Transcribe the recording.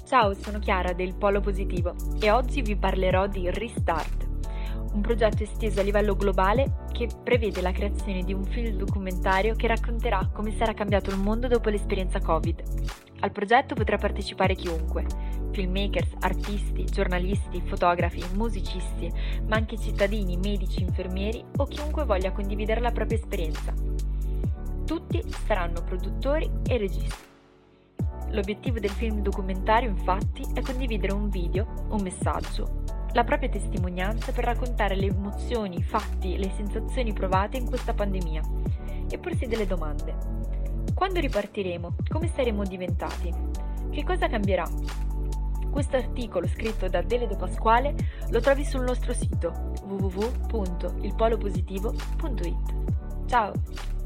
Ciao, sono Chiara del Polo Positivo e oggi vi parlerò di Restart, un progetto esteso a livello globale che prevede la creazione di un film documentario che racconterà come sarà cambiato il mondo dopo l'esperienza Covid. Al progetto potrà partecipare chiunque, filmmakers, artisti, giornalisti, fotografi, musicisti, ma anche cittadini, medici, infermieri o chiunque voglia condividere la propria esperienza. Tutti saranno produttori e registi. L'obiettivo del film documentario, infatti, è condividere un video, un messaggio, la propria testimonianza per raccontare le emozioni, i fatti e le sensazioni provate in questa pandemia e porsi delle domande. Quando ripartiremo? Come saremo diventati? Che cosa cambierà? Questo articolo, scritto da Dele De Pasquale, lo trovi sul nostro sito www.ilpolopositivo.it. Ciao!